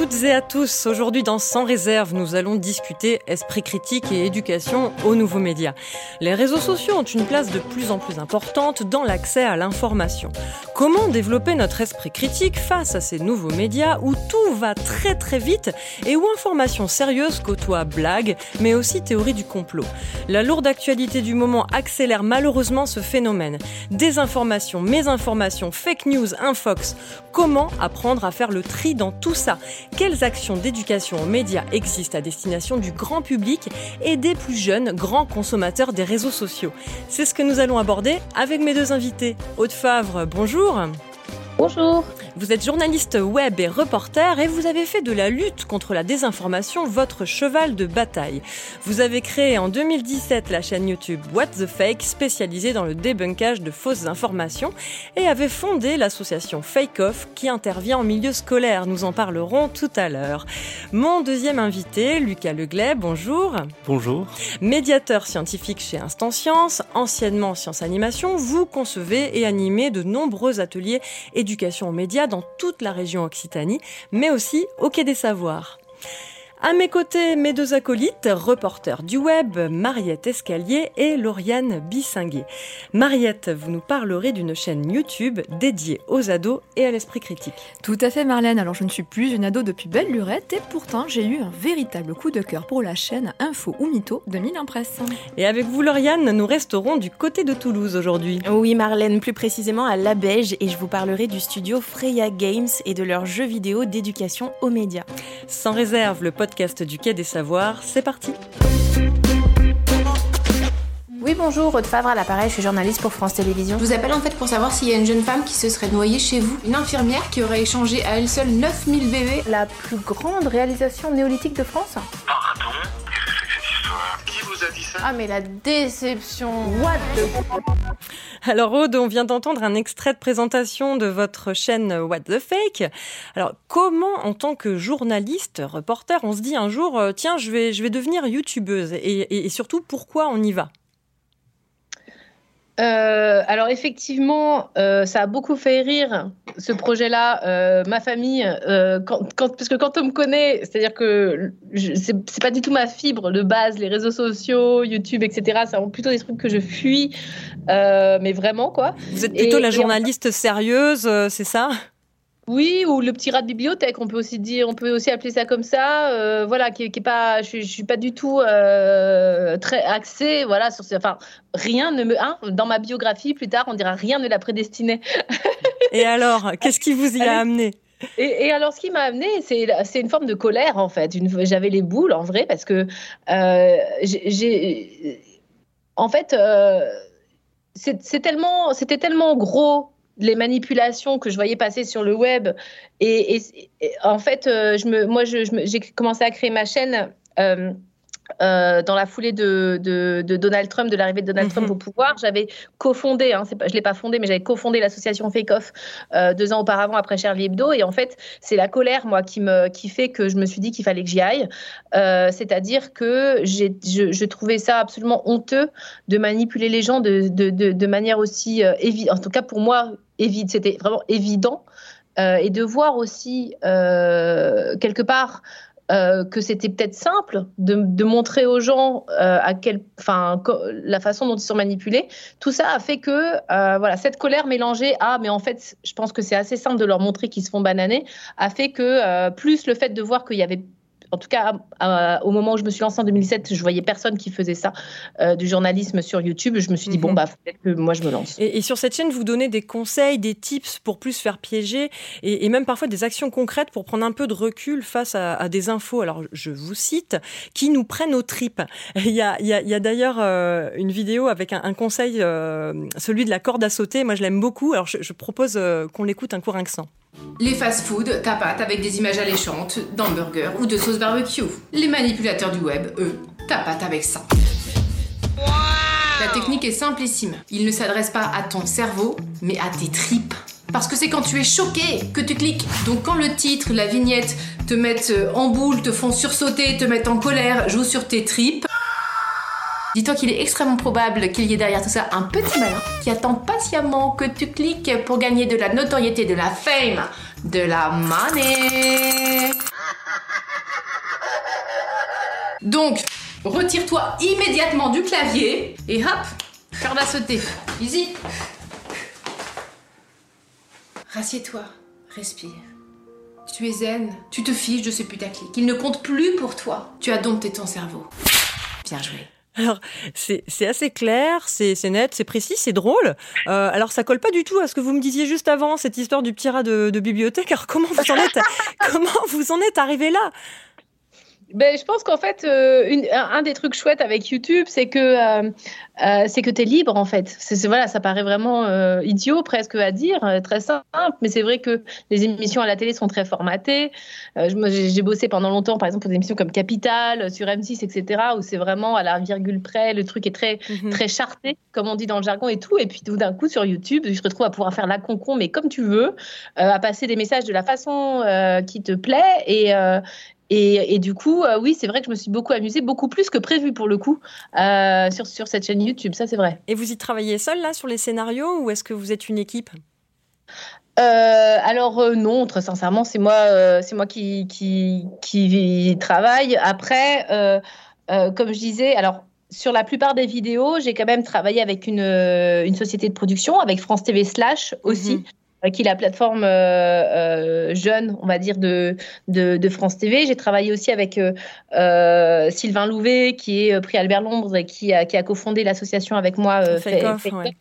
toutes et à tous, aujourd'hui dans Sans réserve, nous allons discuter esprit critique et éducation aux nouveaux médias. Les réseaux sociaux ont une place de plus en plus importante dans l'accès à l'information. Comment développer notre esprit critique face à ces nouveaux médias où tout va très très vite et où information sérieuse côtoie blagues, mais aussi théorie du complot. La lourde actualité du moment accélère malheureusement ce phénomène. Désinformation, mésinformation, fake news, infox. Comment apprendre à faire le tri dans tout ça ? Quelles actions d'éducation aux médias existent à destination du grand public et des plus jeunes grands consommateurs des réseaux sociaux ? C'est ce que nous allons aborder avec mes deux invités. Aude Favre, bonjour. Bonjour. Vous êtes journaliste web et reporter et vous avez fait de la lutte contre la désinformation votre cheval de bataille. Vous avez créé en 2017 la chaîne YouTube What the Fake, spécialisée dans le débunkage de fausses informations, et avez fondé l'association Fake Off qui intervient en milieu scolaire. Nous en parlerons tout à l'heure. Mon deuxième invité, Lucas Leglay, bonjour. Bonjour. Médiateur scientifique chez Instant Science, anciennement Science Animation, vous concevez et animez de nombreux ateliers éducation aux médias dans toute la région Occitanie, mais aussi au Quai des Savoirs. À mes côtés, mes deux acolytes, reporters du web, Mariette Escalier et Lauriane Bissinguet. Mariette, vous nous parlerez d'une chaîne YouTube dédiée aux ados et à l'esprit critique. Tout à fait Marlène, alors je ne suis plus une ado depuis belle lurette et pourtant j'ai eu un véritable coup de cœur pour la chaîne Info ou Mytho de Milan Presse. Et avec vous Lauriane, nous resterons du côté de Toulouse aujourd'hui. Oui Marlène, plus précisément à Labège, et je vous parlerai du studio Freya Games et de leurs jeux vidéo d'éducation aux médias. Sans réserve, le podcast du Quai des Savoirs, c'est parti. Oui, bonjour, Aude Favre à l'appareil, je suis journaliste pour France Télévisions. Je vous appelle en fait pour savoir s'il y a une jeune femme qui se serait noyée chez vous. Une infirmière qui aurait échangé à elle seule 9000 bébés. La plus grande réalisation néolithique de France ? Pardon ? Qu'est-ce que c'est que cette histoire ? Qui vous a dit ça ? Ah mais la déception. What the... Alors Aude, on vient d'entendre un extrait de présentation de votre chaîne What the Fake. Alors comment, en tant que journaliste, reporter, on se dit un jour, tiens, je vais devenir youtubeuse et surtout, pourquoi on y va ? Alors effectivement, ça a beaucoup fait rire ce projet-là, ma famille, parce que quand on me connaît, c'est-à-dire que c'est pas du tout ma fibre de base, les réseaux sociaux, YouTube, etc. C'est plutôt des trucs que je fuis, mais vraiment quoi. Vous êtes plutôt la journaliste sérieuse, c'est ça ? Oui, ou le petit rat de bibliothèque, on peut aussi appeler ça comme ça. Voilà, qui est pas, je suis pas du tout très axée, voilà, sur, enfin, rien ne me, dans ma biographie plus tard, on dira rien ne l'a prédestinée. Et alors, qu'est-ce qui vous y a amené ? Et alors, ce qui m'a amené, c'est une forme de colère en fait. J'avais les boules en vrai parce que c'était tellement gros. Les manipulations que je voyais passer sur le web et en fait j'ai commencé à créer ma chaîne dans la foulée de Donald Trump, de l'arrivée de Donald Trump au pouvoir. J'avais cofondé, je l'ai pas fondé, mais j'avais cofondé l'association Fake Off 2 ans auparavant après Charlie Hebdo. Et en fait, c'est la colère, moi, qui fait que je me suis dit qu'il fallait que j'y aille. C'est-à-dire que je trouvais ça absolument honteux de manipuler les gens de manière aussi évidente. En tout cas, pour moi, c'était vraiment évident. Et de voir aussi, quelque part, que c'était peut-être simple de montrer aux gens la façon dont ils sont manipulés. Tout ça a fait que cette colère mélangée à, mais en fait, je pense que c'est assez simple de leur montrer qu'ils se font bananer, a fait que plus le fait de voir qu'il y avait, en tout cas, au moment où je me suis lancée en 2007, je voyais personne qui faisait ça, du journalisme sur YouTube. Je me suis dit, peut-être que moi, je me lance. Et sur cette chaîne, vous donnez des conseils, des tips pour plus faire piéger et même parfois des actions concrètes pour prendre un peu de recul face à des infos. Alors, je vous cite, qui nous prennent aux tripes. Il y a d'ailleurs une vidéo avec un conseil, celui de la corde à sauter. Moi, je l'aime beaucoup. Alors, je propose qu'on l'écoute un court instant. Les fast-food tapatent avec des images alléchantes d'hamburgers ou de sauce barbecue. Les manipulateurs du web, eux, tapatent avec ça. La technique est simplissime. Ils ne s'adressent pas à ton cerveau, mais à tes tripes. Parce que c'est quand tu es choqué que tu cliques. Donc quand le titre, la vignette te mettent en boule, te font sursauter, te mettent en colère, jouent sur tes tripes, dis-toi qu'il est extrêmement probable qu'il y ait derrière tout ça un petit malin qui attend patiemment que tu cliques pour gagner de la notoriété, de la fame, de la money. Donc, retire-toi immédiatement du clavier et hop, corde à sauter. Easy. Rassieds-toi, respire. Tu es zen, tu te fiches de ce putaclic. Il ne compte plus pour toi. Tu as dompté ton cerveau. Bien joué. Alors, c'est assez clair, c'est net, c'est précis, c'est drôle. Alors, ça colle pas du tout à ce que vous me disiez juste avant, cette histoire du petit rat de bibliothèque. Alors, comment vous en êtes arrivé là ? Ben, je pense qu'en fait, un des trucs chouettes avec YouTube, c'est que t'es libre, en fait. Voilà, ça paraît vraiment idiot presque à dire, très simple, mais c'est vrai que les émissions à la télé sont très formatées. J'ai bossé pendant longtemps, par exemple, pour des émissions comme Capital, sur M6, etc., où c'est vraiment à la virgule près, le truc est très, très charté, comme on dit dans le jargon et tout. Et puis tout d'un coup, sur YouTube, je te retrouve à pouvoir faire la concon, mais comme tu veux, à passer des messages de la façon qui te plaît et du coup, oui, c'est vrai que je me suis beaucoup amusée, beaucoup plus que prévu pour le coup, sur cette chaîne YouTube, ça c'est vrai. Et vous y travaillez seul là sur les scénarios ou est-ce que vous êtes une équipe ? Alors non, très sincèrement, c'est moi qui travaille. Après, comme je disais, alors sur la plupart des vidéos, j'ai quand même travaillé avec une société de production, avec France TV Slash aussi. Qui est la plateforme jeune, on va dire, de France TV. J'ai travaillé aussi avec Sylvain Louvet, qui est prix Albert Londres et qui a cofondé l'association avec moi. Fake Off, ouais.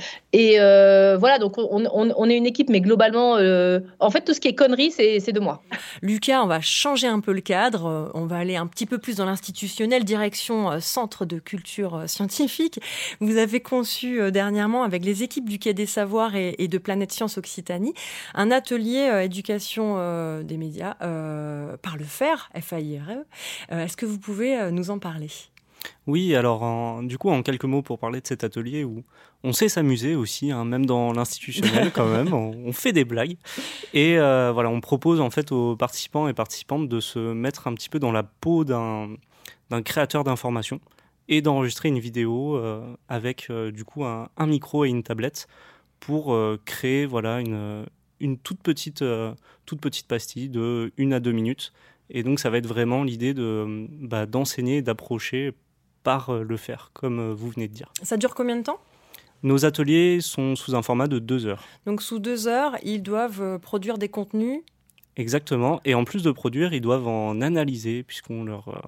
Et voilà, donc on est une équipe, mais globalement, en fait, tout ce qui est conneries, c'est de moi. Lucas, on va changer un peu le cadre. On va aller un petit peu plus dans l'institutionnel, direction Centre de culture scientifique. Vous avez conçu dernièrement, avec les équipes du Quai des Savoirs et de Planète Science Occitanie, un atelier éducation des médias par le FAIRE, F-A-I-R-E. Est-ce que vous pouvez nous en parler ? Oui, alors du coup, en quelques mots pour parler de cet atelier où on sait s'amuser aussi, hein, même dans l'institutionnel quand même, on fait des blagues. Et voilà, on propose en fait aux participants et participantes de se mettre un petit peu dans la peau d'un créateur d'information et d'enregistrer une vidéo avec du coup un micro et une tablette pour créer voilà, une toute petite pastille de 1 à 2 minutes. Et donc ça va être vraiment l'idée d'enseigner et d'approcher par le faire, comme vous venez de dire. Ça dure combien de temps ? Nos ateliers sont sous un format de 2 heures. Donc sous 2 heures, ils doivent produire des contenus ? Exactement, et en plus de produire, ils doivent en analyser, puisqu'on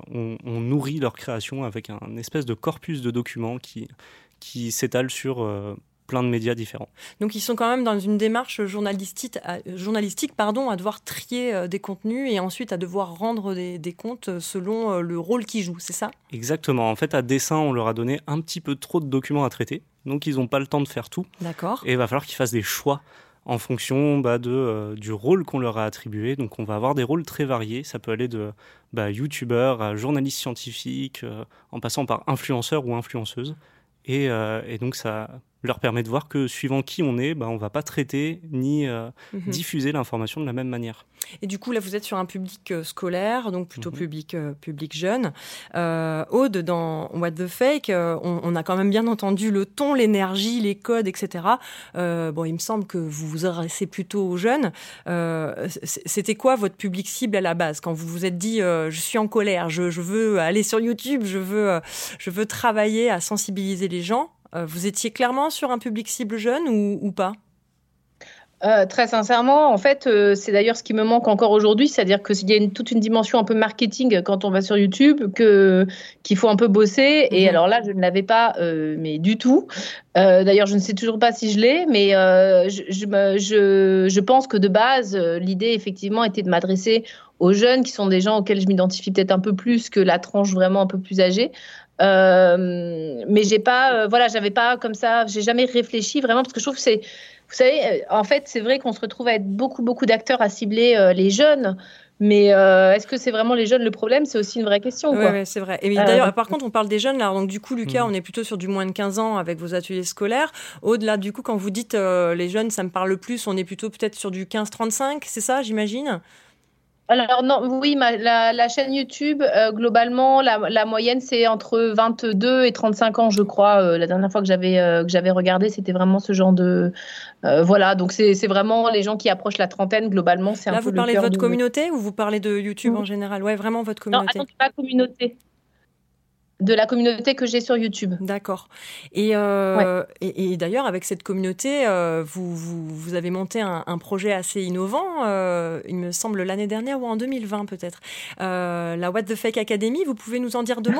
on nourrit leur création avec un espèce de corpus de documents qui s'étale sur plein de médias différents. Donc ils sont quand même dans une démarche journalistique à devoir trier des contenus et ensuite à devoir rendre des comptes selon le rôle qu'ils jouent, c'est ça ? Exactement, en fait à dessein on leur a donné un petit peu trop de documents à traiter, donc ils n'ont pas le temps de faire tout. D'accord. Et il va falloir qu'ils fassent des choix en fonction du rôle qu'on leur a attribué. Donc on va avoir des rôles très variés, ça peut aller de youtubeur à journaliste scientifique, en passant par influenceur ou influenceuse. Et donc ça leur permet de voir que suivant qui on est, on ne va pas traiter ni diffuser l'information de la même manière. Et du coup, là, vous êtes sur un public scolaire, donc plutôt public jeune. Aude, dans What the Fake, on a quand même bien entendu le ton, l'énergie, les codes, etc. Il me semble que vous vous adressez plutôt aux jeunes. C'était quoi votre public cible à la base ? Quand vous vous êtes dit « je suis en colère, je veux aller sur YouTube, je veux travailler à sensibiliser les gens », vous étiez clairement sur un public cible jeune ou pas ? Très sincèrement, en fait, c'est d'ailleurs ce qui me manque encore aujourd'hui, c'est-à-dire qu'il y a toute une dimension un peu marketing quand on va sur YouTube qu'il faut un peu bosser. Et alors là, je ne l'avais pas, mais du tout. D'ailleurs, je ne sais toujours pas si je l'ai, mais je pense que de base, l'idée effectivement était de m'adresser aux jeunes, qui sont des gens auxquels je m'identifie peut-être un peu plus que la tranche vraiment un peu plus âgée. Mais j'avais pas comme ça, j'ai jamais réfléchi vraiment, parce que je trouve que vous savez, en fait, c'est vrai qu'on se retrouve à être beaucoup d'acteurs à cibler les jeunes, mais est-ce que c'est vraiment les jeunes le problème ? C'est aussi une vraie question. Oui, c'est vrai. Et d'ailleurs, par contre, on parle des jeunes là. Donc du coup, Lucas, on est plutôt sur du moins de 15 ans avec vos ateliers scolaires. Au-delà, du coup, quand vous dites les jeunes, ça me parle plus, on est plutôt peut-être sur du 15-35, c'est ça, j'imagine ? Alors non, oui, la chaîne YouTube, globalement, la moyenne, c'est entre 22 et 35 ans, je crois. La dernière fois que j'avais regardé, c'était vraiment ce genre de... voilà, donc c'est vraiment les gens qui approchent la trentaine, globalement. C'est là, un peu vous parlez de votre communauté ou vous parlez de YouTube en général ? Ouais, vraiment votre communauté. Non, attends, c'est pas communauté. de la communauté que j'ai sur YouTube. D'accord. Et d'ailleurs, avec cette communauté, vous avez monté un projet assez innovant, il me semble l'année dernière ou en 2020 peut-être. La What the Fake Academy, vous pouvez nous en dire 2 mots ?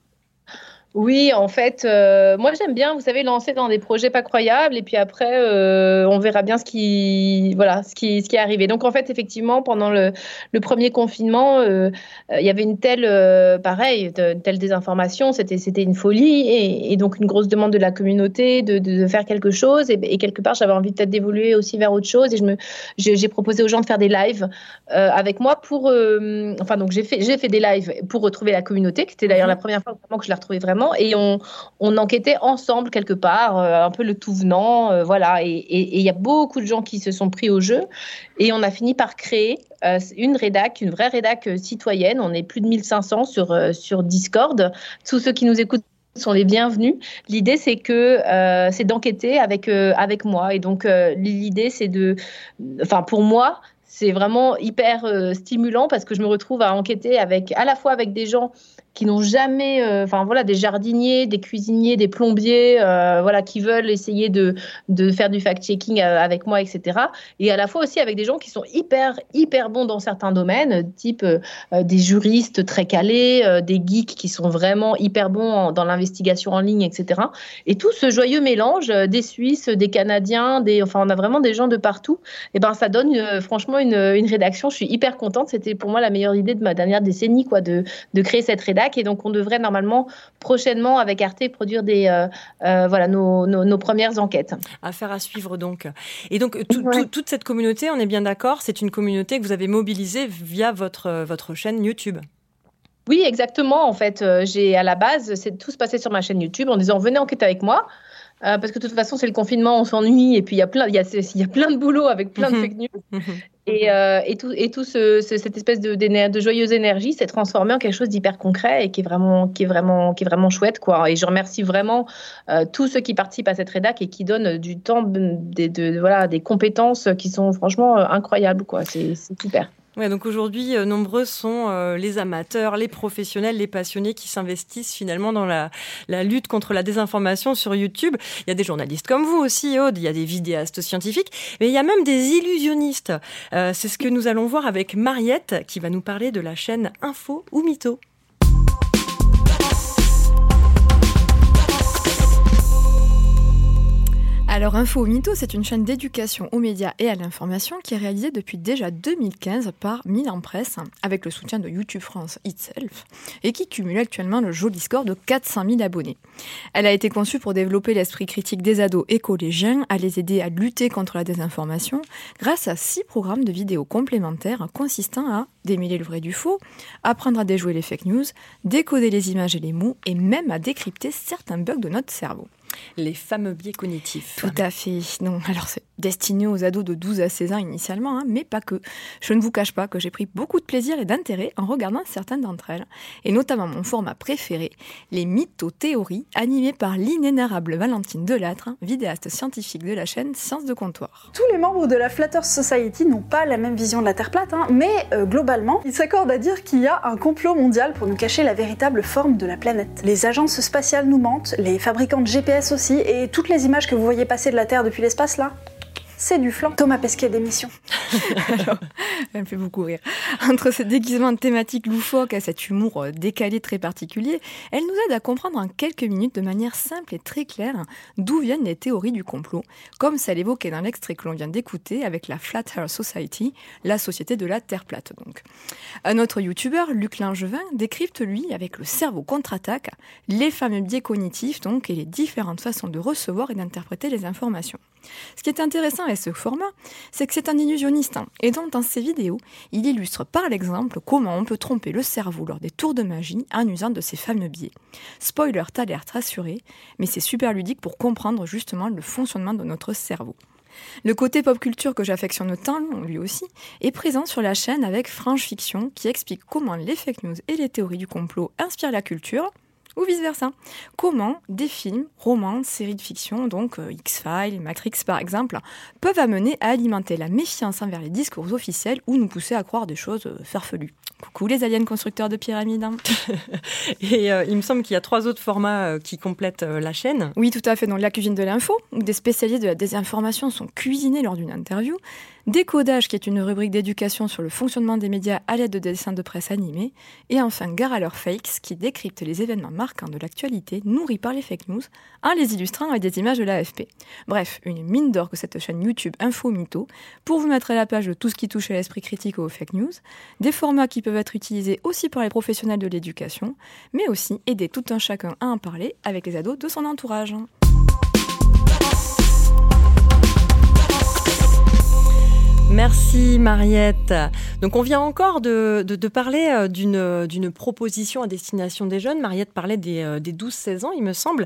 Oui, en fait, moi j'aime bien, vous savez, lancer dans des projets pas croyables et puis après, on verra bien ce qui est arrivé. Donc en fait, effectivement, pendant le premier confinement, il y avait une telle désinformation, c'était une folie et donc une grosse demande de la communauté de faire quelque chose et quelque part, j'avais envie peut-être d'évoluer aussi vers autre chose et j'ai proposé aux gens de faire des lives avec moi donc j'ai fait des lives pour retrouver la communauté, qui était d'ailleurs la première fois vraiment que je la retrouvais vraiment. Et on enquêtait ensemble quelque part, un peu le tout venant, voilà. Et il y a beaucoup de gens qui se sont pris au jeu. Et on a fini par créer une vraie rédac citoyenne. On est plus de 1500 sur Discord. Tous ceux qui nous écoutent sont les bienvenus. L'idée, c'est d'enquêter avec moi. Et donc, l'idée, pour moi, c'est vraiment hyper stimulant parce que je me retrouve à enquêter à la fois avec des gens qui n'ont jamais, des jardiniers, des cuisiniers, des plombiers, qui veulent essayer de faire du fact-checking avec moi, etc. Et à la fois aussi avec des gens qui sont hyper, hyper bons dans certains domaines, type des juristes très calés, des geeks qui sont vraiment hyper bons dans l'investigation en ligne, etc. Et tout ce joyeux mélange des Suisses, des Canadiens, on a vraiment des gens de partout. Et ça donne franchement une rédaction. Je suis hyper contente. C'était pour moi la meilleure idée de ma dernière décennie, de créer cette rédaction. Et donc, on devrait normalement prochainement avec Arte produire nos premières enquêtes. Affaire à suivre donc. Et donc, toute cette communauté, on est bien d'accord, c'est une communauté que vous avez mobilisée via votre chaîne YouTube. Oui, exactement. En fait, à la base, tout se passait sur ma chaîne YouTube en disant venez enquêter avec moi. Parce que de toute façon, c'est le confinement, on s'ennuie et puis il y a plein de boulot avec plein de fake news. Et tout cette espèce de joyeuse énergie s'est transformé en quelque chose d'hyper concret et qui est vraiment chouette, quoi. Et je remercie vraiment tous ceux qui participent à cette rédac et qui donnent du temps, des compétences qui sont franchement incroyables, quoi. C'est super. Ouais, donc aujourd'hui, nombreux sont les amateurs, les professionnels, les passionnés qui s'investissent finalement dans la lutte contre la désinformation sur YouTube. Il y a des journalistes comme vous aussi, Aude, il y a des vidéastes scientifiques, mais il y a même des illusionnistes. C'est ce que nous allons voir avec Mariette, qui va nous parler de la chaîne Info ou Mytho. Alors Info ou Mytho, c'est une chaîne d'éducation aux médias et à l'information qui est réalisée depuis déjà 2015 par Milan Presse, avec le soutien de YouTube France itself, et qui cumule actuellement le joli score de 400 000 abonnés. Elle a été conçue pour développer l'esprit critique des ados et collégiens, à les aider à lutter contre la désinformation, grâce à 6 programmes de vidéos complémentaires consistant à démêler le vrai du faux, apprendre à déjouer les fake news, décoder les images et les mots, et même à décrypter certains bugs de notre cerveau. Les fameux biais cognitifs. Tout à fait. Non, alors c'est destiné aux ados de 12 à 16 ans initialement, mais pas que. Je ne vous cache pas que j'ai pris beaucoup de plaisir et d'intérêt en regardant certaines d'entre elles, et notamment mon format préféré, les mythothéories, animées par l'inénarrable Valentine Delattre, vidéaste scientifique de la chaîne Sciences de Comptoir. Tous les membres de la Flatters Society n'ont pas la même vision de la Terre plate, mais globalement, ils s'accordent à dire qu'il y a un complot mondial pour nous cacher la véritable forme de la planète. Les agences spatiales nous mentent, les fabricants de GPS aussi, et toutes les images que vous voyez passer de la Terre depuis l'espace là, c'est du flan. Thomas Pesquet d'émission. Alors, elle me fait beaucoup rire. Entre ce déguisement de thématique loufoque et cet humour décalé très particulier, elle nous aide à comprendre en quelques minutes de manière simple et très claire d'où viennent les théories du complot, comme celle évoquée dans l'extrait que l'on vient d'écouter avec la Flat Earth Society, la société de la Terre plate donc. Un autre youtubeur, Luc Langevin, décrypte lui, avec le cerveau contre-attaque, les fameux biais cognitifs donc et les différentes façons de recevoir et d'interpréter les informations. Ce qui est intéressant avec ce format, c'est que c'est un illusionniste, et donc dans ses vidéos, il illustre par l'exemple comment on peut tromper le cerveau lors des tours de magie en usant de ces fameux biais. Spoiler alerte rassuré, mais c'est super ludique pour comprendre justement le fonctionnement de notre cerveau. Le côté pop culture que j'affectionne tant, lui aussi, est présent sur la chaîne avec Franche Fiction qui explique comment les fake news et les théories du complot inspirent la culture, ou vice-versa. Comment des films, romans, séries de fiction, donc X-Files, Matrix par exemple, peuvent amener à alimenter la méfiance envers les discours officiels ou nous pousser à croire des choses farfelues. Coucou les aliens constructeurs de pyramides. Et il me semble qu'il y a 3 autres formats qui complètent la chaîne. Oui, tout à fait. Donc la cuisine de l'info, où des spécialistes de la désinformation sont cuisinés lors d'une interview. Décodage, qui est une rubrique d'éducation sur le fonctionnement des médias à l'aide de dessins de presse animés. Et enfin, Gare à leurs fakes, qui décrypte les événements marquants de l'actualité nourris par les fake news, en les illustrant avec des images de l'AFP. Bref, une mine d'or que cette chaîne YouTube Info Mytho, pour vous mettre à la page de tout ce qui touche à l'esprit critique ou aux fake news, des formats qui peuvent être utilisés aussi par les professionnels de l'éducation, mais aussi aider tout un chacun à en parler avec les ados de son entourage. Merci Mariette. Donc on vient encore de parler d'une proposition à destination des jeunes. Mariette parlait des 12-16 ans, il me semble.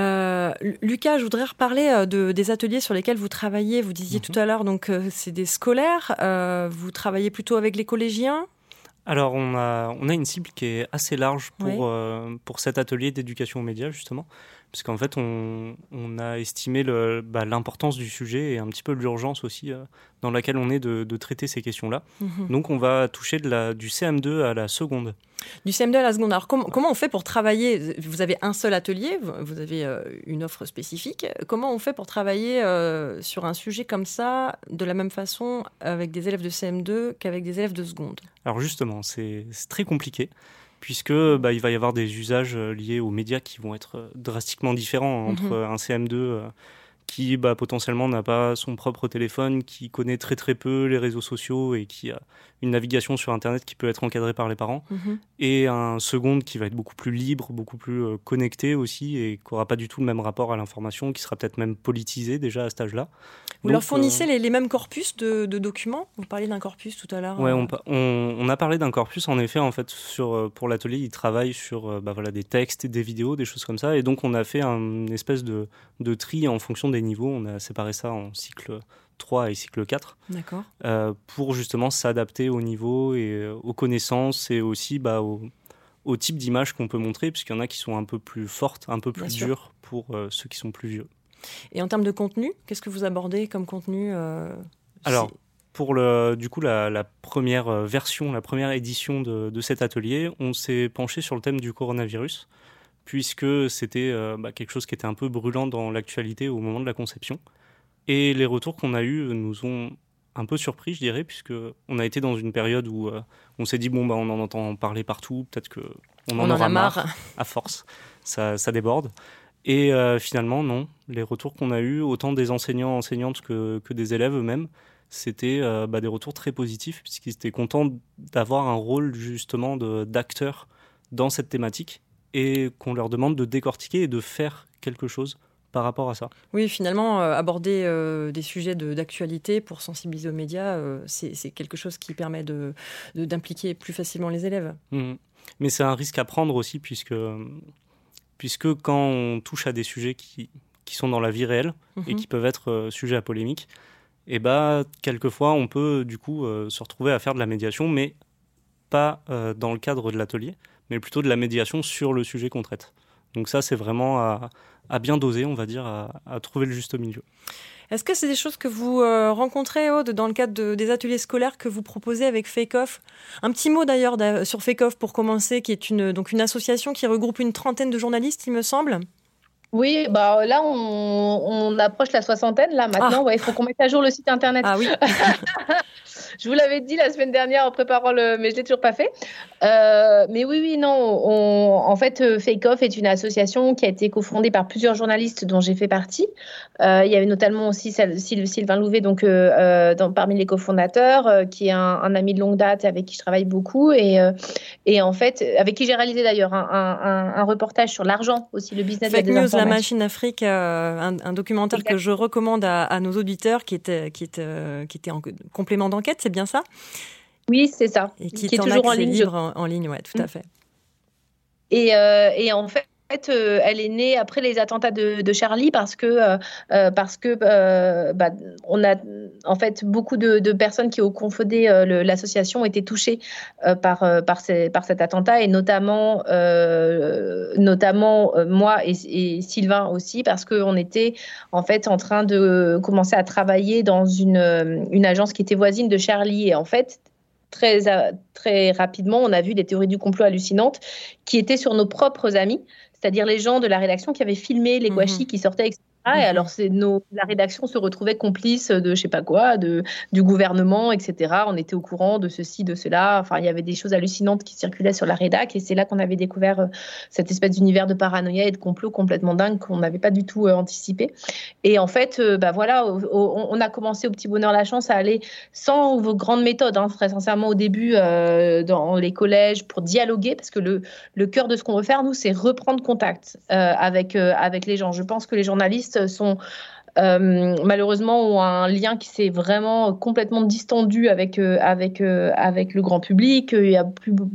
Lucas, je voudrais reparler des ateliers sur lesquels vous travaillez. Vous disiez tout à l'heure, donc c'est des scolaires. Vous travaillez plutôt avec les collégiens ? Alors on a une cible qui est assez large pour cet atelier d'éducation aux médias justement. Parce qu'en fait, on a estimé l'importance du sujet et un petit peu l'urgence aussi dans laquelle on est de traiter ces questions-là. Donc, on va toucher du CM2 à la seconde. Du CM2 à la seconde. Alors, comment on fait pour travailler ? Vous avez un seul atelier, vous avez une offre spécifique. Comment on fait pour travailler sur un sujet comme ça, de la même façon, avec des élèves de CM2 qu'avec des élèves de seconde ? Alors justement, c'est très compliqué. Puisque il va y avoir des usages liés aux médias qui vont être drastiquement différents entre un CM2 qui potentiellement n'a pas son propre téléphone, qui connaît très très peu les réseaux sociaux et qui a une navigation sur Internet qui peut être encadrée par les parents, et un second qui va être beaucoup plus libre, beaucoup plus connecté aussi et qui n'aura pas du tout le même rapport à l'information, qui sera peut-être même politisé déjà à cet âge-là. Vous leur fournissez les mêmes corpus de documents ? Vous parliez d'un corpus tout à l'heure. Oui, on a parlé d'un corpus. En effet, en fait, pour l'atelier, ils travaillent sur des textes, des vidéos, des choses comme ça. Et donc, on a fait une espèce de tri en fonction des niveaux. On a séparé ça en cycle 3 et cycle 4. D'accord. Pour justement s'adapter au niveau et aux connaissances et aussi au type d'image qu'on peut montrer, puisqu'il y en a qui sont un peu plus fortes, un peu plus dures pour ceux qui sont plus vieux. Et en termes de contenu, qu'est-ce que vous abordez comme contenu Alors, pour la première version, la première édition de cet atelier, on s'est penché sur le thème du coronavirus, puisque c'était quelque chose qui était un peu brûlant dans l'actualité au moment de la conception. Et les retours qu'on a eus nous ont un peu surpris, je dirais, puisqu'on a été dans une période où on s'est dit, on en entend parler partout, peut-être qu'on en aura marre, à force, ça déborde. Et finalement, non. Les retours qu'on a eus, autant des enseignants, enseignantes que des élèves eux-mêmes, c'était des retours très positifs, puisqu'ils étaient contents d'avoir un rôle justement d'acteur dans cette thématique et qu'on leur demande de décortiquer et de faire quelque chose par rapport à ça. Oui, finalement, aborder des sujets d'actualité pour sensibiliser aux médias, c'est quelque chose qui permet d'impliquer plus facilement les élèves. Mais c'est un risque à prendre aussi, puisque quand on touche à des sujets qui sont dans la vie réelle et qui peuvent être sujets à polémique, et quelquefois on peut du coup se retrouver à faire de la médiation, mais pas dans le cadre de l'atelier, mais plutôt de la médiation sur le sujet qu'on traite. Donc ça, c'est vraiment à bien doser, on va dire, à trouver le juste milieu. Est-ce que c'est des choses que vous rencontrez, Aude, dans le cadre des ateliers scolaires que vous proposez avec Fake Off ? Un petit mot d'ailleurs sur Fake Off pour commencer, qui est une association qui regroupe une trentaine de journalistes, il me semble. Oui, là, on approche la soixantaine, là, maintenant. Il faut qu'on mette à jour le site internet. Ah oui. Je vous l'avais dit la semaine dernière en préparant mais je ne l'ai toujours pas fait. Mais oui, non. En fait, Fake Off est une association qui a été cofondée par plusieurs journalistes dont j'ai fait partie. Il y avait notamment aussi Sylvain Louvet, donc, parmi les cofondateurs, qui est un ami de longue date avec qui je travaille beaucoup. Et en fait, avec qui j'ai réalisé d'ailleurs un reportage sur l'argent aussi, le business Fake de la News, désinformation. La Machine Afrique, un documentaire que je recommande à nos auditeurs qui était en complément d'enquête, c'est bien ça ? Oui, c'est ça. Et qui est toujours en ligne. Libre en ligne, ouais, tout à fait. Et en fait, fait, elle est née après les attentats de Charlie parce que on a en fait beaucoup de personnes qui ont confondé l'association étaient touchées par cet attentat et notamment moi et Sylvain aussi parce qu'on était en fait en train de commencer à travailler dans une agence qui était voisine de Charlie et en fait très rapidement on a vu des théories du complot hallucinantes qui étaient sur nos propres amis, c'est-à-dire les gens de la rédaction qui avaient filmé les gouachis qui sortaient, etc. Et alors, la rédaction se retrouvait complice de je sais pas quoi, du gouvernement, etc. On était au courant de ceci, de cela. Enfin, il y avait des choses hallucinantes qui circulaient sur la rédac. Et c'est là qu'on avait découvert cette espèce d'univers de paranoïa et de complot complètement dingue qu'on n'avait pas du tout anticipé. Et en fait, voilà, on a commencé au Petit Bonheur la Chance à aller sans vos grandes méthodes, hein, très sincèrement, au début, dans les collèges pour dialoguer. Parce que le cœur de ce qu'on veut faire, nous, c'est reprendre contact avec les gens. Je pense que les journalistes sont malheureusement ont un lien qui s'est vraiment complètement distendu avec le grand public. Il y a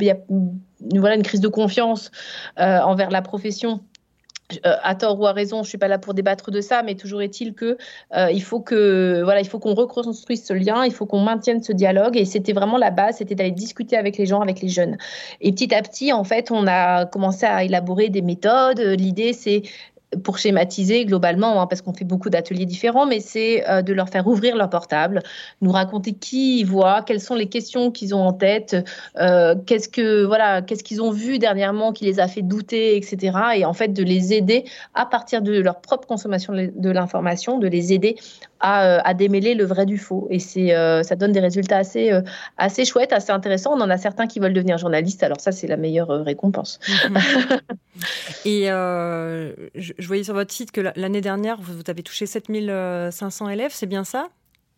une crise de confiance envers la profession. À tort ou à raison, je ne suis pas là pour débattre de ça, mais toujours est-il que il faut qu'on reconstruise ce lien, il faut qu'on maintienne ce dialogue, et c'était vraiment la base, c'était d'aller discuter avec les gens, avec les jeunes. Et petit à petit, en fait, on a commencé à élaborer des méthodes. L'idée, c'est pour schématiser globalement, hein, parce qu'on fait beaucoup d'ateliers différents, mais c'est de leur faire ouvrir leur portable, nous raconter qui ils voient, quelles sont les questions qu'ils ont en tête, qu'est-ce qu'ils ont vu dernièrement qui les a fait douter, etc. Et en fait, de les aider à partir de leur propre consommation de l'information, de les aider à démêler le vrai du faux. Et ça donne des résultats assez chouettes, assez intéressants. On en a certains qui veulent devenir journalistes, alors ça, c'est la meilleure récompense. Et je voyais sur votre site que l'année dernière, vous avez touché 7500 élèves, c'est bien ça ?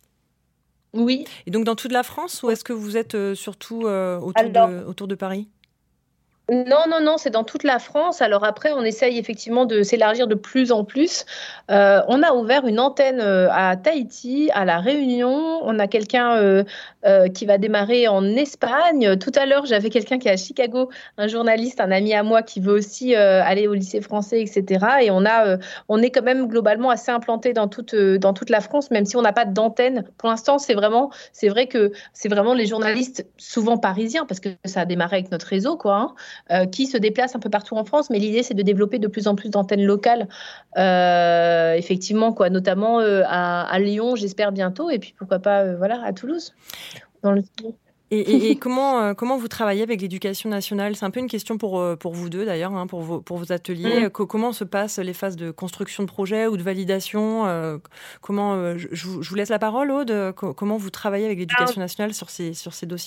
Oui. Et donc dans toute la France, ou est-ce que vous êtes surtout autour de Paris ? Non, c'est dans toute la France. Alors après, on essaye effectivement de s'élargir de plus en plus. On a ouvert une antenne à Tahiti, à La Réunion. On a quelqu'un qui va démarrer en Espagne. Tout à l'heure, j'avais quelqu'un qui est à Chicago, un journaliste, un ami à moi qui veut aussi aller au lycée français, etc. Et on est quand même globalement assez implanté dans toute la France, même si on n'a pas d'antenne. Pour l'instant, c'est vrai que c'est vraiment les journalistes, souvent parisiens, parce que ça a démarré avec notre réseau, quoi, hein, qui se déplacent un peu partout en France, mais l'idée c'est de développer de plus en plus d'antennes locales, effectivement, quoi, notamment à Lyon, j'espère bientôt, et puis pourquoi pas à Toulouse. Et comment vous travaillez avec l'éducation nationale ? C'est un peu une question pour vous deux d'ailleurs, hein, pour vos ateliers. Comment se passent les phases de construction de projet ou de validation ? Je vous laisse la parole, Aude. Comment vous travaillez avec l'éducation nationale sur ces dossiers-là ?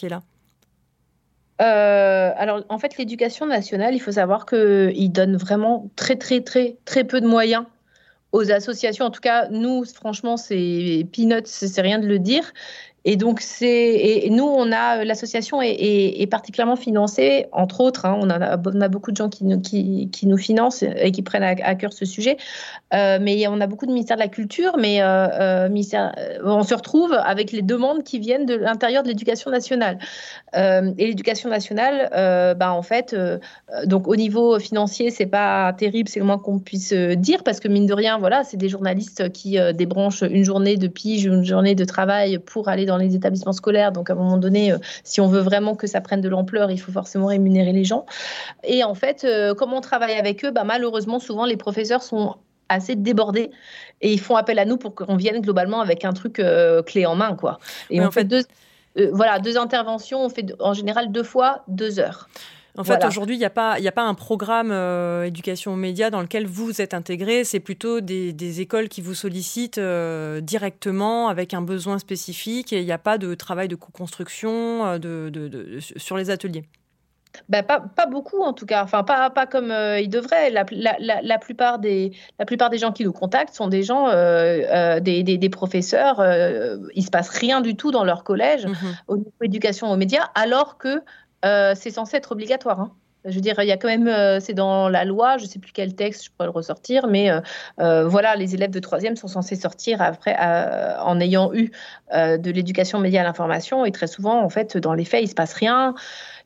Alors, en fait, l'éducation nationale, il faut savoir qu'il donne vraiment très, très, très, très peu de moyens aux associations. En tout cas, nous, franchement, c'est peanuts, c'est rien de le dire. Et donc, nous, l'association est particulièrement financée, entre autres, hein, on a beaucoup de gens qui nous financent et qui prennent à cœur ce sujet, mais on a beaucoup de ministères de la Culture, mais on se retrouve avec les demandes qui viennent de l'intérieur de l'éducation nationale. Et l'éducation nationale, en fait, donc au niveau financier, c'est pas terrible, c'est le moins qu'on puisse dire, parce que mine de rien, voilà, c'est des journalistes qui débranchent une journée de pige, une journée de travail pour aller dans les établissements scolaires. Donc, à un moment donné, si on veut vraiment que ça prenne de l'ampleur, il faut forcément rémunérer les gens. Et en fait, comme on travaille avec eux, malheureusement, souvent, les professeurs sont assez débordés et ils font appel à nous pour qu'on vienne globalement avec un truc clé en main, quoi. Et on fait deux interventions, on fait en général 2 fois 2 heures. En fait, aujourd'hui, il n'y a pas un programme éducation aux médias dans lequel vous êtes intégré. C'est plutôt des écoles qui vous sollicitent directement avec un besoin spécifique, et il n'y a pas de travail de co-construction sur les ateliers. Pas beaucoup, en tout cas. Enfin, pas comme ils devraient. La plupart des gens qui nous contactent sont des gens, des professeurs. Il se passe rien du tout dans leur collège au niveau éducation aux médias, alors que c'est censé être obligatoire, hein. Je veux dire, il y a quand même, c'est dans la loi, je ne sais plus quel texte, je pourrais le ressortir, mais les élèves de 3e sont censés sortir après, en ayant eu de l'éducation média à l'information, et très souvent, en fait, dans les faits, il ne se passe rien.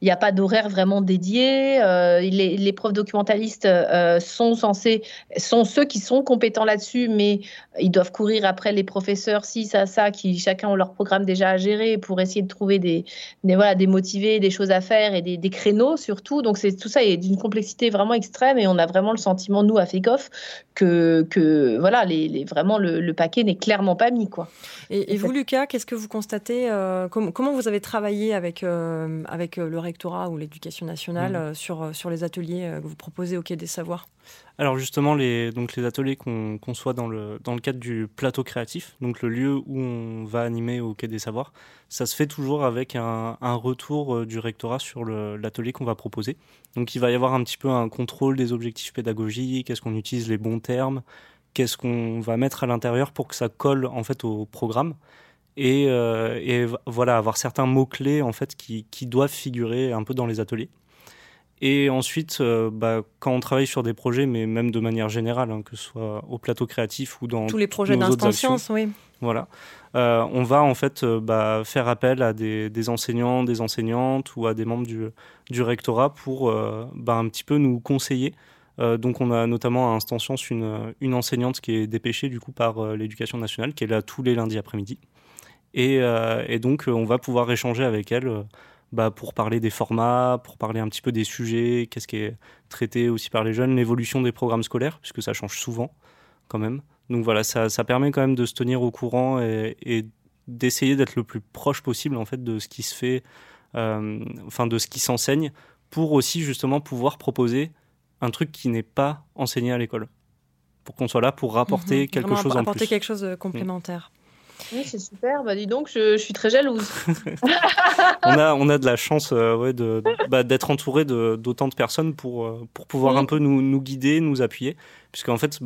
il n'y a pas d'horaire vraiment dédié. Les profs documentalistes sont ceux qui sont compétents là-dessus, mais ils doivent courir après les professeurs, qui chacun ont leur programme déjà à gérer pour essayer de trouver des motivés, des choses à faire et des créneaux surtout. Donc tout ça est d'une complexité vraiment extrême et on a vraiment le sentiment, nous, à FECOF, que voilà, vraiment le paquet n'est clairement pas mis, quoi. Et vous, Lucas, qu'est-ce que vous constatez comment vous avez travaillé avec le rectorat ou l'éducation nationale sur les ateliers que vous proposez au Quai des Savoirs ? Alors justement, les ateliers qu'on conçoit dans le cadre du plateau créatif, donc le lieu où on va animer au Quai des Savoirs, ça se fait toujours avec un retour du rectorat sur l'atelier qu'on va proposer. Donc il va y avoir un petit peu un contrôle des objectifs pédagogiques, est-ce qu'on utilise les bons termes, qu'est-ce qu'on va mettre à l'intérieur pour que ça colle en fait au programme. Et voilà, avoir certains mots-clés en fait qui doivent figurer un peu dans les ateliers. Et ensuite, quand on travaille sur des projets, mais même de manière générale, que ce soit au plateau créatif ou dans tous les projets d'Instant Science, oui. Voilà, on va en fait faire appel à des enseignants, des enseignantes ou à des membres du rectorat pour un petit peu nous conseiller. Donc on a notamment à Instant Science une enseignante qui est dépêchée du coup par l'Éducation nationale, qui est là tous les lundis après-midi. Et donc on va pouvoir échanger avec elle pour parler des formats, pour parler un petit peu des sujets, qu'est-ce qui est traité aussi par les jeunes, l'évolution des programmes scolaires, puisque ça change souvent quand même. Donc voilà, ça permet quand même de se tenir au courant et d'essayer d'être le plus proche possible en fait de ce qui se fait, de ce qui s'enseigne, pour aussi justement pouvoir proposer un truc qui n'est pas enseigné à l'école, pour qu'on soit là pour rapporter quelque chose en plus. Apporter quelque chose de complémentaire. Oui, c'est super. Dis donc, je suis très jalouse. on a de la chance d'être entouré d'autant de personnes pour pouvoir un peu nous guider, nous appuyer. Puisqu'en fait,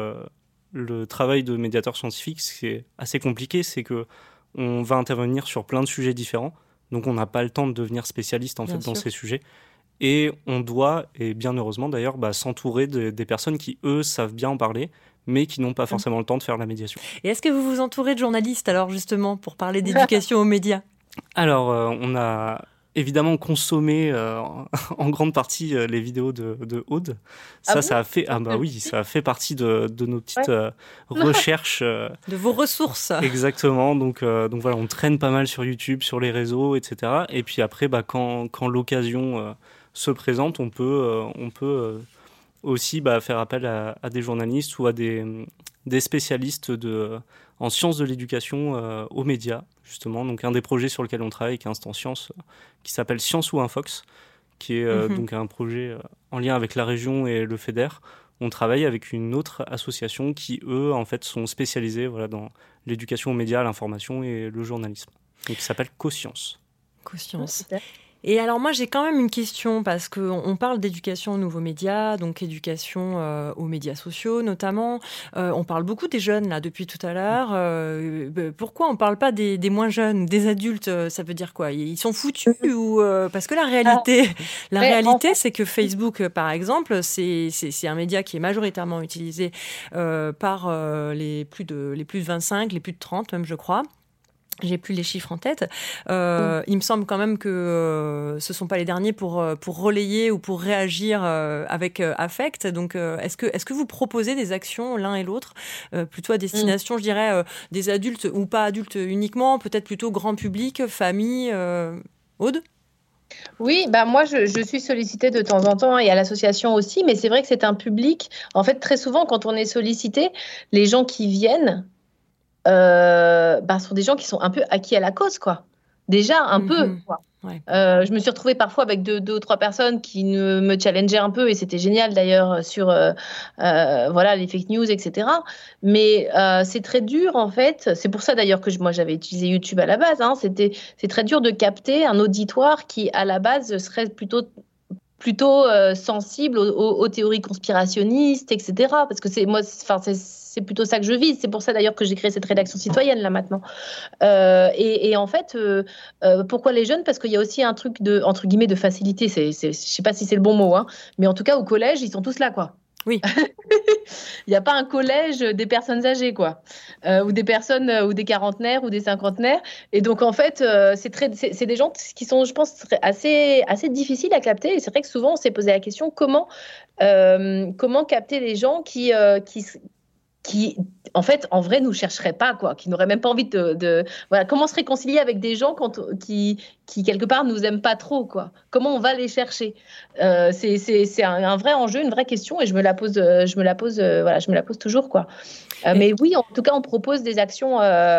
le travail de médiateur scientifique, c'est assez compliqué. C'est qu'on va intervenir sur plein de sujets différents. Donc, on n'a pas le temps de devenir spécialiste dans ces sujets. Et on doit, et bien heureusement d'ailleurs, s'entourer des personnes qui, eux, savent bien en parler, mais qui n'ont pas forcément le temps de faire la médiation. Et est-ce que vous vous entourez de journalistes, alors justement, pour parler d'éducation aux médias ? Alors, on a évidemment consommé en grande partie les vidéos de Aude. Ça a fait, ça a fait partie de nos petites recherches. De vos ressources. Exactement. Donc voilà, on traîne pas mal sur YouTube, sur les réseaux, etc. Et puis après, quand l'occasion se présente, on peut aussi faire appel à des journalistes ou à des spécialistes en sciences de l'éducation aux médias, justement. Donc un des projets sur lequel on travaille avec Instant Science, qui s'appelle Science ou Infox, qui est donc un projet en lien avec la région et le FEDER. On travaille avec une autre association qui, eux, en fait, sont spécialisés dans l'éducation aux médias, l'information et le journalisme. Donc qui s'appelle CoScience. CoScience. Et alors moi j'ai quand même une question parce qu'on parle d'éducation aux nouveaux médias, donc éducation aux médias sociaux notamment. On parle beaucoup des jeunes là depuis tout à l'heure. Pourquoi on parle pas des moins jeunes, des adultes ? Ça veut dire quoi ? Ils sont foutus ou parce que la réalité c'est que Facebook par exemple c'est un média qui est majoritairement utilisé par les plus de 25, les plus de 30 même je crois. J'ai plus les chiffres en tête. Il me semble quand même que ce sont pas les derniers pour relayer ou pour réagir avec affect. Donc, est-ce que vous proposez des actions l'un et l'autre, plutôt à destination, je dirais, des adultes ou pas adultes uniquement, peut-être plutôt grand public, famille, Aude ? Oui, moi je suis sollicitée de temps en temps et à l'association aussi, mais c'est vrai que c'est un public. En fait, très souvent, quand on est sollicité, les gens qui viennent sont des gens qui sont un peu acquis à la cause, quoi. Déjà, un peu, quoi. Ouais. Je me suis retrouvée parfois avec deux ou trois personnes qui me challengeaient un peu, et c'était génial d'ailleurs sur les fake news, etc. Mais c'est très dur, en fait. C'est pour ça d'ailleurs que moi j'avais utilisé YouTube à la base. C'est très dur de capter un auditoire qui, à la base, serait plutôt sensible aux théories conspirationnistes, etc. Parce que c'est plutôt ça que je vise. C'est pour ça d'ailleurs que j'ai créé cette rédaction citoyenne là maintenant. Et en fait, pourquoi les jeunes ? Parce qu'il y a aussi un truc entre guillemets de facilité. Je sais pas si c'est le bon mot, mais en tout cas au collège ils sont tous là, quoi. Oui. Il n'y a pas un collège des personnes âgées, quoi, ou des personnes, ou des quarantenaires, ou des cinquantenaires. Et donc, en fait, c'est des gens qui sont, je pense, assez difficiles à capter. Et c'est vrai que souvent, on s'est posé la question comment capter les gens qui, en fait, en vrai, nous chercheraient pas, quoi, qui n'auraient même pas envie voilà, comment se réconcilier avec des gens qui quelque part nous aiment pas trop, quoi. Comment on va les chercher? C'est un vrai enjeu, une vraie question, et je me la pose toujours, quoi. Mais oui, en tout cas, on propose des actions.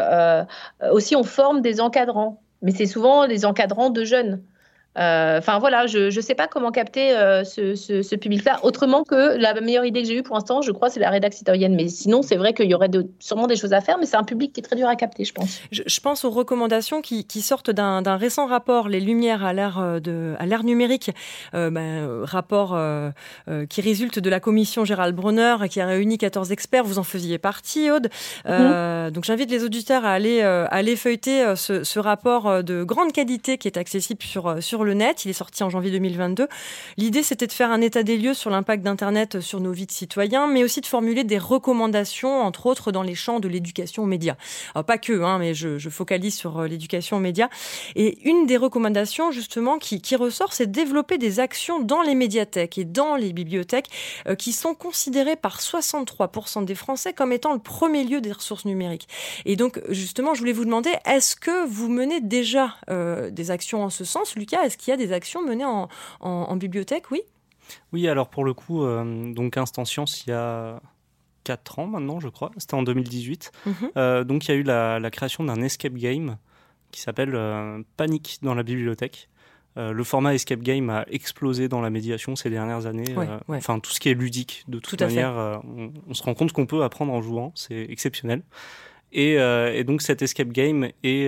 Aussi, on forme des encadrants, mais c'est souvent des encadrants de jeunes. Enfin voilà, je ne sais pas comment capter ce public-là, autrement que la meilleure idée que j'ai eue pour l'instant, je crois, c'est la rédac citoyenne. Mais sinon, c'est vrai qu'il y aurait sûrement des choses à faire, mais c'est un public qui est très dur à capter, je pense. Je pense aux recommandations qui sortent d'un récent rapport, Les Lumières à l'ère numérique, rapport qui résulte de la commission Gérald Bronner, qui a réuni 14 experts. Vous en faisiez partie, Aude. Donc j'invite les auditeurs à aller feuilleter ce rapport de grande qualité qui est accessible sur le net. Il est sorti en janvier 2022. L'idée, c'était de faire un état des lieux sur l'impact d'Internet sur nos vies de citoyens, mais aussi de formuler des recommandations, entre autres dans les champs de l'éducation aux médias. Alors, pas que, mais je focalise sur l'éducation aux médias. Et une des recommandations, justement, qui ressort, c'est de développer des actions dans les médiathèques et dans les bibliothèques qui sont considérées par 63% des Français comme étant le premier lieu des ressources numériques. Et donc, justement, je voulais vous demander, est-ce que vous menez déjà des actions en ce sens, Lucas? Est-ce qu'il y a des actions menées en bibliothèque, oui? Oui, alors pour le coup, donc Instant Science, il y a 4 ans maintenant, je crois. C'était en 2018. Donc il y a eu la création d'un escape game qui s'appelle Panique dans la bibliothèque. Le format escape game a explosé dans la médiation ces dernières années. Enfin, tout ce qui est ludique, de toute manière, on se rend compte qu'on peut apprendre en jouant. C'est exceptionnel. Et donc cet escape game est...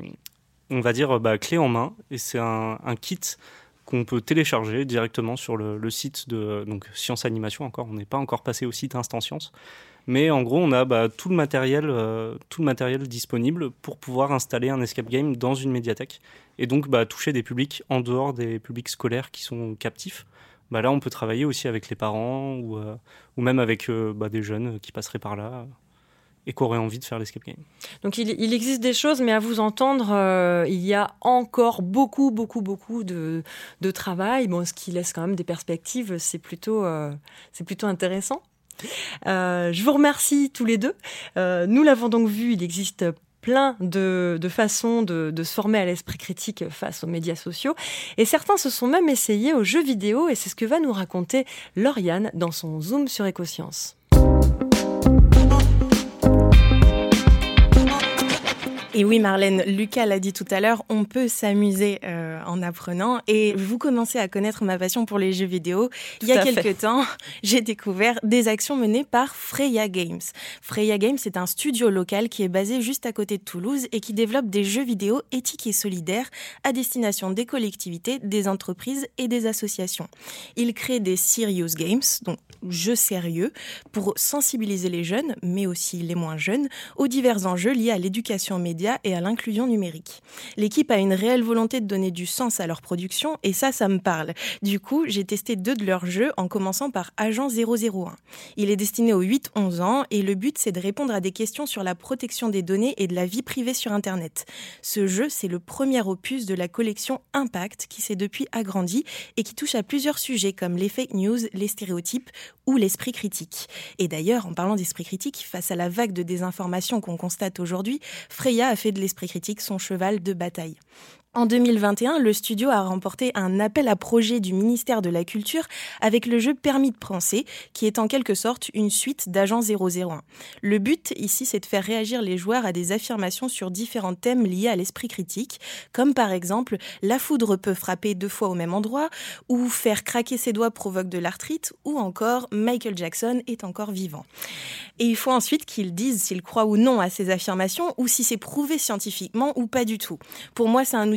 on va dire clé en main, et c'est un kit qu'on peut télécharger directement sur le site de donc Science Animation. Encore, on n'est pas encore passé au site Instant Science, mais en gros on a tout le matériel disponible pour pouvoir installer un escape game dans une médiathèque et donc toucher des publics en dehors des publics scolaires qui sont captifs. Là on peut travailler aussi avec les parents ou même avec des jeunes qui passeraient par là et qui auraient envie de faire l'escape game. Donc il existe des choses, mais à vous entendre, il y a encore beaucoup de travail. Bon, ce qui laisse quand même des perspectives, c'est plutôt intéressant. Je vous remercie tous les deux. Nous l'avons donc vu, il existe plein de façons de se former à l'esprit critique face aux médias sociaux. Et certains se sont même essayés aux jeux vidéo, et c'est ce que va nous raconter Lauriane dans son Zoom sur Écosciences. Et oui, Marlène, Lucas l'a dit tout à l'heure, on peut s'amuser en apprenant. Et vous commencez à connaître ma passion pour les jeux vidéo. Il y a quelques temps, j'ai découvert des actions menées par Freya Games. Freya Games, c'est un studio local qui est basé juste à côté de Toulouse et qui développe des jeux vidéo éthiques et solidaires à destination des collectivités, des entreprises et des associations. Il crée des serious games, donc jeux sérieux, pour sensibiliser les jeunes, mais aussi les moins jeunes, aux divers enjeux liés à l'éducation aux médias et à l'inclusion numérique. L'équipe a une réelle volonté de donner du sens à leur production et ça me parle. Du coup, j'ai testé 2 de leurs jeux en commençant par Agent 001. Il est destiné aux 8-11 ans et le but, c'est de répondre à des questions sur la protection des données et de la vie privée sur Internet. Ce jeu, c'est le premier opus de la collection Impact qui s'est depuis agrandi et qui touche à plusieurs sujets comme les fake news, les stéréotypes ou l'esprit critique. Et d'ailleurs, en parlant d'esprit critique, face à la vague de désinformation qu'on constate aujourd'hui, Freya a fait de l'esprit critique son cheval de bataille. En 2021, le studio a remporté un appel à projet du ministère de la Culture avec le jeu Permis de penser, qui est en quelque sorte une suite d'Agent 001. Le but ici, c'est de faire réagir les joueurs à des affirmations sur différents thèmes liés à l'esprit critique, comme par exemple « la foudre peut frapper 2 fois au même endroit » ou « faire craquer ses doigts provoque de l'arthrite » ou encore « Michael Jackson est encore vivant ». Et il faut ensuite qu'ils disent s'ils croient ou non à ces affirmations ou si c'est prouvé scientifiquement ou pas du tout. Pour moi, c'est un outil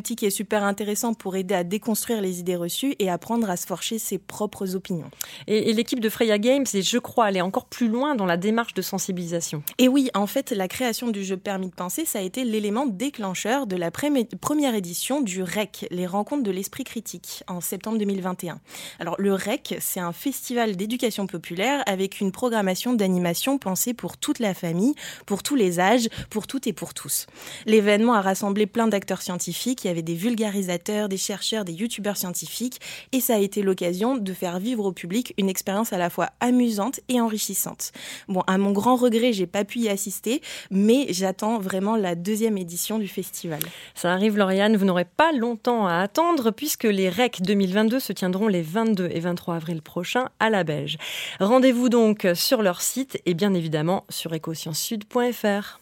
outil qui est super intéressant pour aider à déconstruire les idées reçues et apprendre à se forger ses propres opinions. Et l'équipe de Freya Games est, je crois, aller encore plus loin dans la démarche de sensibilisation. Et oui, en fait, la création du jeu Permis de penser, ça a été l'élément déclencheur de la première édition du REC, les rencontres de l'esprit critique, en septembre 2021. Alors, le REC, c'est un festival d'éducation populaire avec une programmation d'animation pensée pour toute la famille, pour tous les âges, pour toutes et pour tous. L'événement a rassemblé plein d'acteurs scientifiques, il y avait des vulgarisateurs, des chercheurs, des youtubeurs scientifiques, et ça a été l'occasion de faire vivre au public une expérience à la fois amusante et enrichissante. Bon, à mon grand regret, j'ai pas pu y assister, mais j'attends vraiment la 2e édition du festival. Ça arrive, Lauriane, vous n'aurez pas longtemps à attendre puisque les REC 2022 se tiendront les 22 et 23 avril prochains à la Belge. Rendez-vous donc sur leur site et bien évidemment sur ecosciencesud.fr.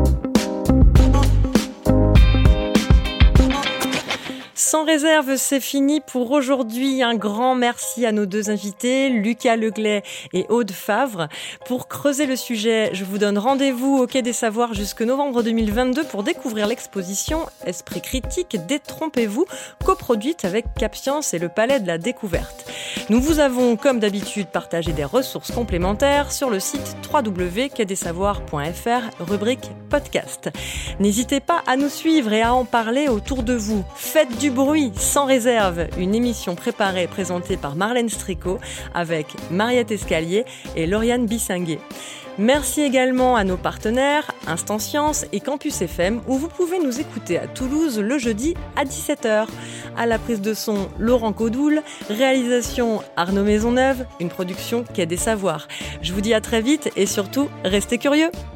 Sans réserve, c'est fini pour aujourd'hui. Un grand merci à nos 2 invités, Lucas Leglet et Aude Favre. Pour creuser le sujet, je vous donne rendez-vous au Quai des Savoirs jusqu'au novembre 2022 pour découvrir l'exposition Esprit critique, détrompez-vous, coproduite avec Capscience et le Palais de la Découverte. Nous vous avons, comme d'habitude, partagé des ressources complémentaires sur le site www.quaidessavoirs.fr, rubrique podcast. N'hésitez pas à nous suivre et à en parler autour de vous. Faites du bruit, sans réserve, une émission préparée et présentée par Marlène Stricot avec Mariette Escalier et Lauriane Bissinguet. Merci également à nos partenaires Instant Science et Campus FM où vous pouvez nous écouter à Toulouse le jeudi à 17h. À la prise de son, Laurent Codoul, réalisation Arnaud Maisonneuve, une production Quai des Savoirs. Je vous dis à très vite et surtout, restez curieux.